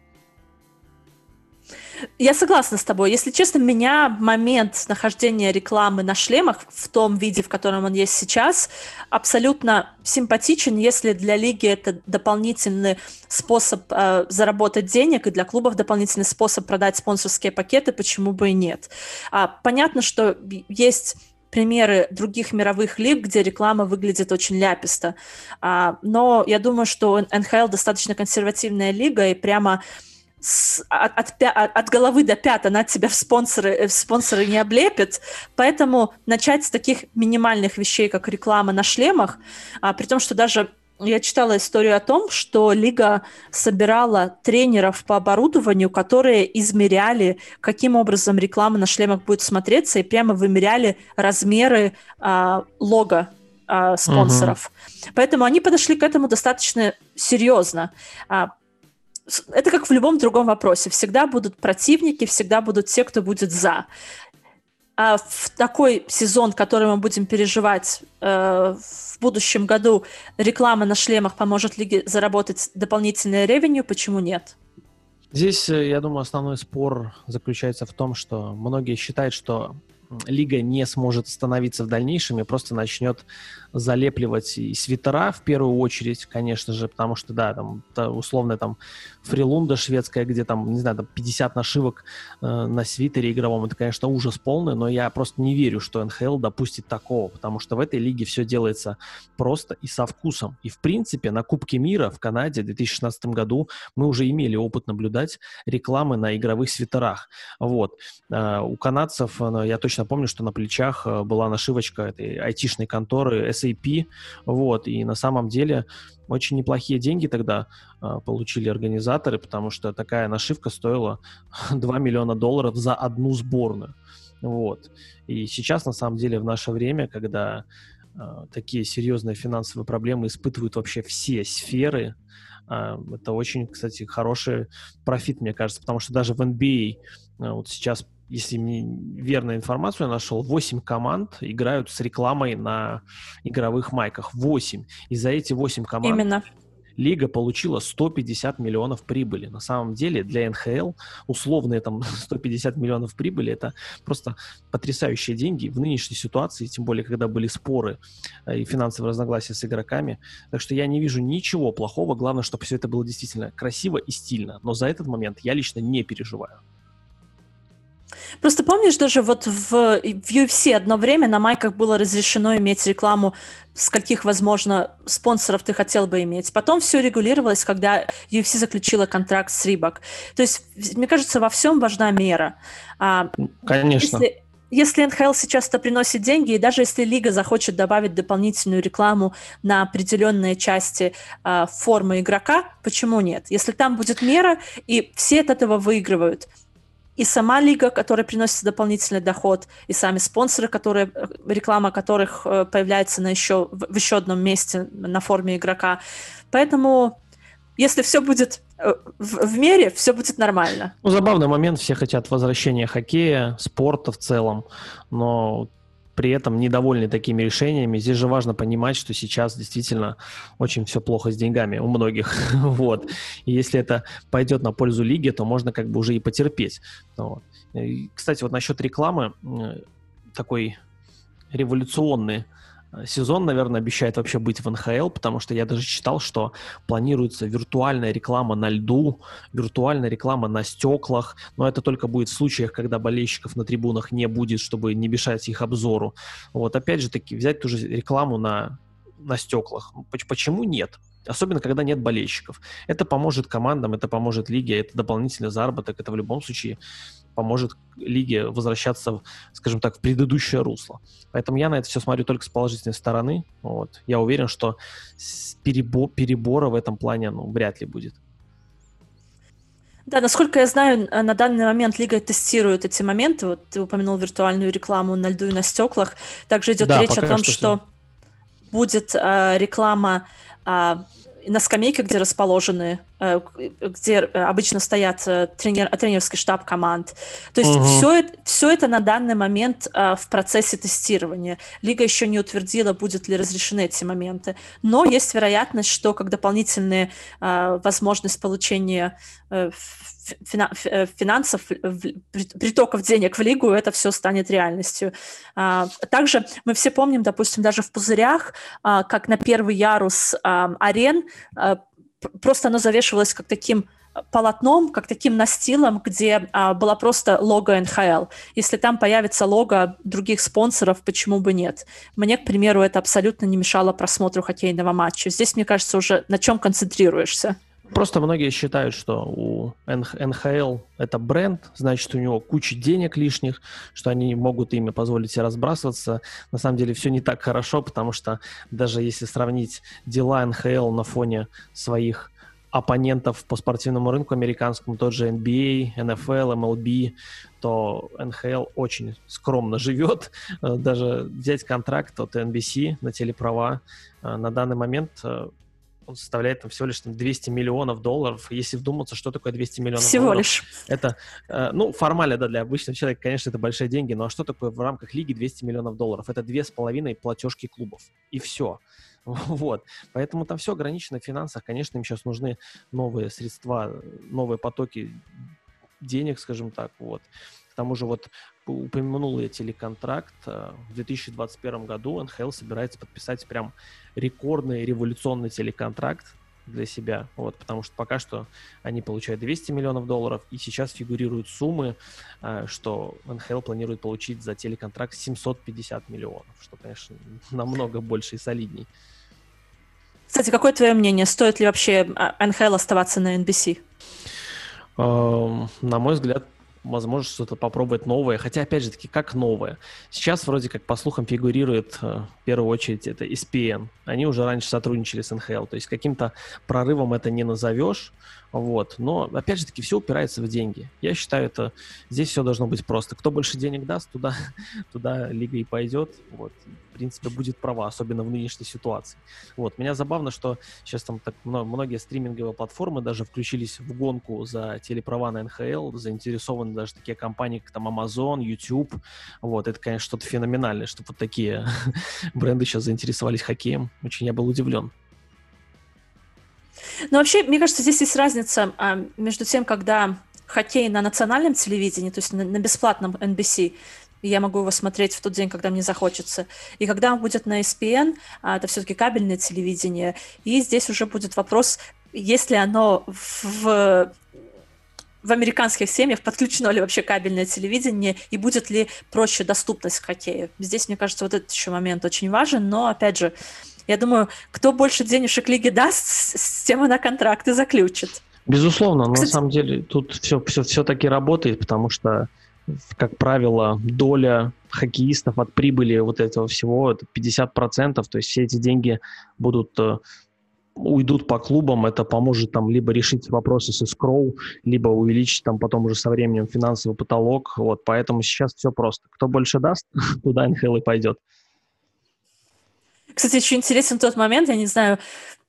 Я согласна с тобой. Если честно, меня момент нахождения рекламы на шлемах в том виде, в котором он есть сейчас, абсолютно симпатичен, если для лиги это дополнительный способ заработать денег, и для клубов дополнительный способ продать спонсорские пакеты, почему бы и нет. Понятно, что есть примеры других мировых лиг, где реклама выглядит очень ляписто. Но я думаю, что НХЛ достаточно консервативная лига, и прямо от головы до пят она тебя в спонсоры не облепит, поэтому начать с таких минимальных вещей, как реклама на шлемах, при том, что даже я читала историю о том, что лига собирала тренеров по оборудованию, которые измеряли, каким образом реклама на шлемах будет смотреться, и прямо вымеряли размеры лого спонсоров. Поэтому они подошли к этому достаточно серьезно. Это как в любом другом вопросе. Всегда будут противники, всегда будут те, кто будет за. А в такой сезон, который мы будем переживать в будущем году, реклама на шлемах поможет лиге заработать дополнительное ревеню, почему нет? Здесь, я думаю, основной спор заключается в том, что многие считают, что лига не сможет остановиться в дальнейшем и просто начнет залепливать и свитера в первую очередь, конечно же, потому что, да, там условно там фрилунда шведская, где там, не знаю, там 50 нашивок на свитере игровом, это, конечно, ужас полный, но я просто не верю, что НХЛ допустит такого, потому что в этой лиге все делается просто и со вкусом. И, в принципе, на Кубке мира в Канаде в 2016 году мы уже имели опыт наблюдать рекламы на игровых свитерах. Вот. У канадцев, я точно помню, что на плечах была нашивочка этой айтишной конторы SAP, вот, и на самом деле очень неплохие деньги тогда получили организаторы, потому что такая нашивка стоила $2 миллиона за одну сборную, вот. И сейчас, на самом деле, в наше время, когда такие серьезные финансовые проблемы испытывают вообще все сферы, это очень, кстати, хороший профит, мне кажется, потому что даже в NBA вот сейчас, если мне верную информацию я нашел, 8 команд играют с рекламой на игровых майках. 8. И за эти 8 команд Именно. лига получила 150 миллионов прибыли. На самом деле для НХЛ условные там 150 миллионов прибыли — это просто потрясающие деньги в нынешней ситуации, тем более, когда были споры и финансовые разногласия с игроками. Так что я не вижу ничего плохого. Главное, чтобы все это было действительно красиво и стильно. Но за этот момент я лично не переживаю. Просто помнишь, даже вот в UFC одно время на майках было разрешено иметь рекламу, с каких, возможно, спонсоров ты хотел бы иметь. Потом все регулировалось, когда UFC заключила контракт с Reebok. То есть, мне кажется, во всем важна мера. Конечно. Если НХЛ сейчас это приносит деньги, и даже если лига захочет добавить дополнительную рекламу на определенные части формы игрока, почему нет? Если там будет мера, и все от этого выигрывают, и сама лига, которая приносит дополнительный доход, и сами спонсоры, реклама которых появляется в еще одном месте на форме игрока. Поэтому, если все будет в мере, все будет нормально. Ну, забавный момент. Все хотят возвращения хоккея, спорта в целом, но при этом недовольны такими решениями. Здесь же важно понимать, что сейчас действительно очень все плохо с деньгами у многих. Вот. И если это пойдет на пользу лиги, то можно как бы уже и потерпеть. Вот. И, кстати, вот насчет рекламы, такой революционный сезон, наверное, обещает вообще быть в НХЛ, потому что я даже читал, что планируется виртуальная реклама на льду, виртуальная реклама на стеклах, но это только будет в случаях, когда болельщиков на трибунах не будет, чтобы не мешать их обзору. Вот, опять же таки, взять ту же рекламу на на стеклах. Почему нет? Особенно, когда нет болельщиков. Это поможет командам, это поможет лиге, это дополнительный заработок, это в любом случае поможет лиге возвращаться, скажем так, в предыдущее русло. Поэтому я на это все смотрю только с положительной стороны. Вот. Я уверен, что перебора в этом плане вряд ли будет. Да, насколько я знаю, на данный момент лига тестирует эти моменты. Вот ты упомянул виртуальную рекламу на льду и на стеклах. Также идет речь о том, что будет реклама на скамейке, где расположены, где обычно стоят тренерский штаб команд. То есть все это на данный момент в процессе тестирования. Лига еще не утвердила, будут ли разрешены эти моменты. Но есть вероятность, что как дополнительная возможность получения финансов, притоков денег в лигу, это все станет реальностью. Также мы все помним, допустим, даже в пузырях, как на первый ярус арен просто оно завешивалось как таким полотном, как таким настилом, где была просто лого НХЛ. Если там появится лого других спонсоров, почему бы нет? Мне, к примеру, это абсолютно не мешало просмотру хоккейного матча. Здесь, мне кажется, уже на чем концентрируешься. Просто многие считают, что у НХЛ это бренд, значит, у него куча денег лишних, что они могут ими позволить себе разбрасываться. На самом деле все не так хорошо, потому что даже если сравнить дела НХЛ на фоне своих оппонентов по спортивному рынку американскому, тот же NBA, NFL, MLB, то НХЛ очень скромно живет. Даже взять контракт от NBC на телеправа на данный момент он составляет всего лишь $200 миллионов. Если вдуматься, что такое 200 миллионов всего долларов? Лишь. Это, формально, да, для обычного человека, конечно, это большие деньги, но что такое в рамках лиги 200 миллионов долларов? Это 2,5 платежки клубов. И все. Вот. Поэтому там все ограничено в финансах. Конечно, им сейчас нужны новые средства, новые потоки денег, скажем так. Вот. К тому же упомянул я телеконтракт. В 2021 году НХЛ собирается подписать прям рекордный революционный телеконтракт для себя, потому что пока что они получают 200 миллионов долларов, и сейчас фигурируют суммы, что НХЛ планирует получить за телеконтракт 750 миллионов, что, конечно, намного больше и солидней. Кстати, какое твое мнение? Стоит ли вообще НХЛ оставаться на NBC? На мой взгляд, возможно, что-то попробовать новое. Хотя, опять же таки, как новое? Сейчас, вроде как, по слухам, фигурирует, в первую очередь, это ESPN. Они уже раньше сотрудничали с НХЛ. То есть каким-то прорывом это не назовешь. Но, опять же таки, все упирается в деньги. Я считаю, здесь все должно быть просто. Кто больше денег даст, туда лига и пойдет. В принципе, будет права, особенно в нынешней ситуации. Меня забавно, что сейчас там так многие стриминговые платформы даже включились в гонку за телеправа на НХЛ, заинтересованы даже такие компании, как там Amazon, YouTube. Это, конечно, что-то феноменальное, что такие бренды сейчас заинтересовались хоккеем. Очень я был удивлен. Но вообще, мне кажется, здесь есть разница между тем, когда хоккей на национальном телевидении, то есть на бесплатном NBC, я могу его смотреть в тот день, когда мне захочется. И когда он будет на ESPN, это все-таки кабельное телевидение, и здесь уже будет вопрос, есть ли оно в американских семьях, подключено ли вообще кабельное телевидение, и будет ли проще доступность к хоккею. Здесь, мне кажется, этот еще момент очень важен, но, опять же, я думаю, кто больше денежек лиге даст, с тем она контракты заключит. Безусловно, кстати, на самом деле тут все-таки работает, потому что, как правило, доля хоккеистов от прибыли этого всего это 50%, то есть все эти деньги уйдут по клубам, это поможет там либо решить вопросы с эскроу, либо увеличить там потом уже со временем финансовый потолок, поэтому сейчас все просто. Кто больше даст, туда НХЛ и пойдет. Кстати, еще интересен тот момент, я не знаю,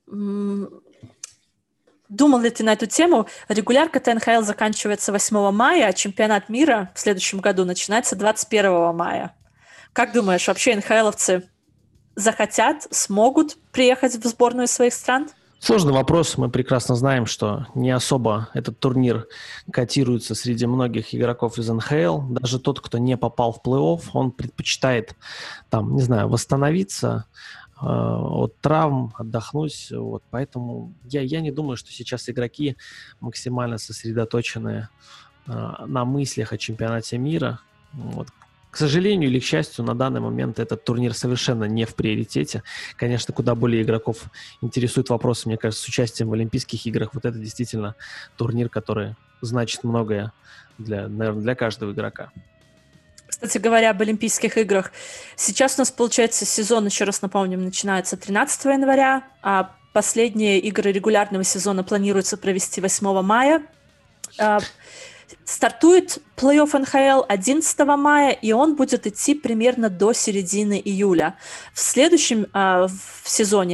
думал ли ты на эту тему, регулярка НХЛ заканчивается 8 мая, а чемпионат мира в следующем году начинается 21 мая. Как думаешь, вообще НХЛовцы захотят, смогут приехать в сборную своих стран? Сложный вопрос. Мы прекрасно знаем, что не особо этот турнир котируется среди многих игроков из НХЛ. Даже тот, кто не попал в плей-офф, он предпочитает, восстановиться от травм, отдохнуть. Поэтому я не думаю, что сейчас игроки максимально сосредоточены на мыслях о чемпионате мира. К сожалению или к счастью, на данный момент этот турнир совершенно не в приоритете. Конечно, куда более игроков интересует вопросы, мне кажется, с участием в Олимпийских играх. Вот это действительно турнир, который значит многое наверное, для каждого игрока. Кстати говоря, об Олимпийских играх. Сейчас у нас, получается, сезон, еще раз напомним, начинается 13 января, а последние игры регулярного сезона планируется провести 8 мая. Стартует плей-офф НХЛ 11 мая, и он будет идти примерно до середины июля. В следующем в сезоне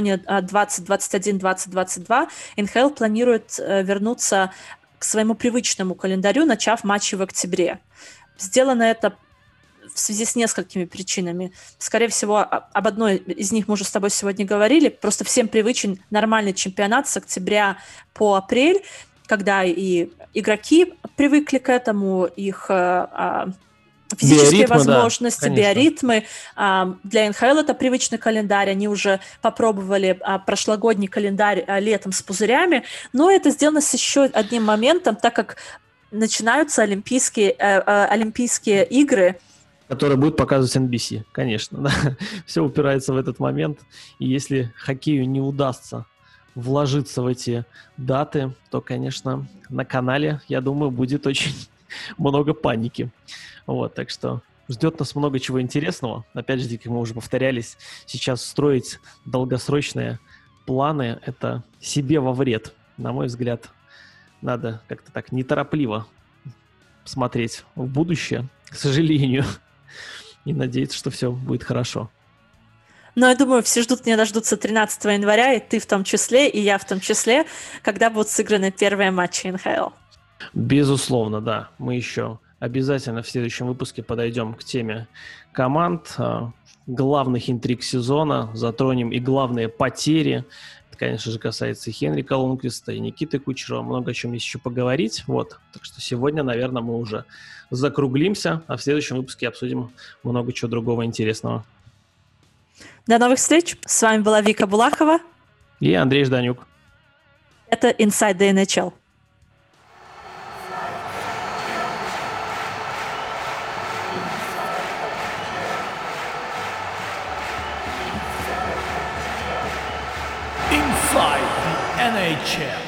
2021-2022 НХЛ планирует вернуться к своему привычному календарю, начав матчи в октябре. Сделано это в связи с несколькими причинами. Скорее всего, об одной из них мы уже с тобой сегодня говорили. Просто всем привычен нормальный чемпионат с октября по апрель, когда и игроки привыкли к этому, их физические возможности, да, биоритмы. Для НХЛ это привычный календарь, они уже попробовали прошлогодний календарь летом с пузырями, но это сделано с еще одним моментом, так как начинаются Олимпийские игры, которые будут показывать NBC, конечно. Да. Все упирается в этот момент, и если хоккею не удастся вложиться в эти даты, то, конечно, на канале, я думаю, будет очень много паники. Вот, так что ждет нас много чего интересного. Опять же, как мы уже повторялись, сейчас строить долгосрочные планы – это себе во вред. На мой взгляд, надо как-то так неторопливо смотреть в будущее, к сожалению, и надеяться, что все будет хорошо. Но я думаю, все ждут, не дождутся 13 января, и ты в том числе, и я в том числе, когда будут сыграны первые матчи НХЛ. Безусловно, да. Мы еще обязательно в следующем выпуске подойдем к теме команд, главных интриг сезона, затронем и главные потери. Это, конечно же, касается и Хенрика Лунквиста, и Никиты Кучерова. Много о чем есть еще поговорить. Вот. Так что сегодня, наверное, мы уже закруглимся, а в следующем выпуске обсудим много чего другого интересного. До новых встреч. С вами была Вика Булахова и Андрей Жданюк. Это Inside the NHL. Inside the NHL.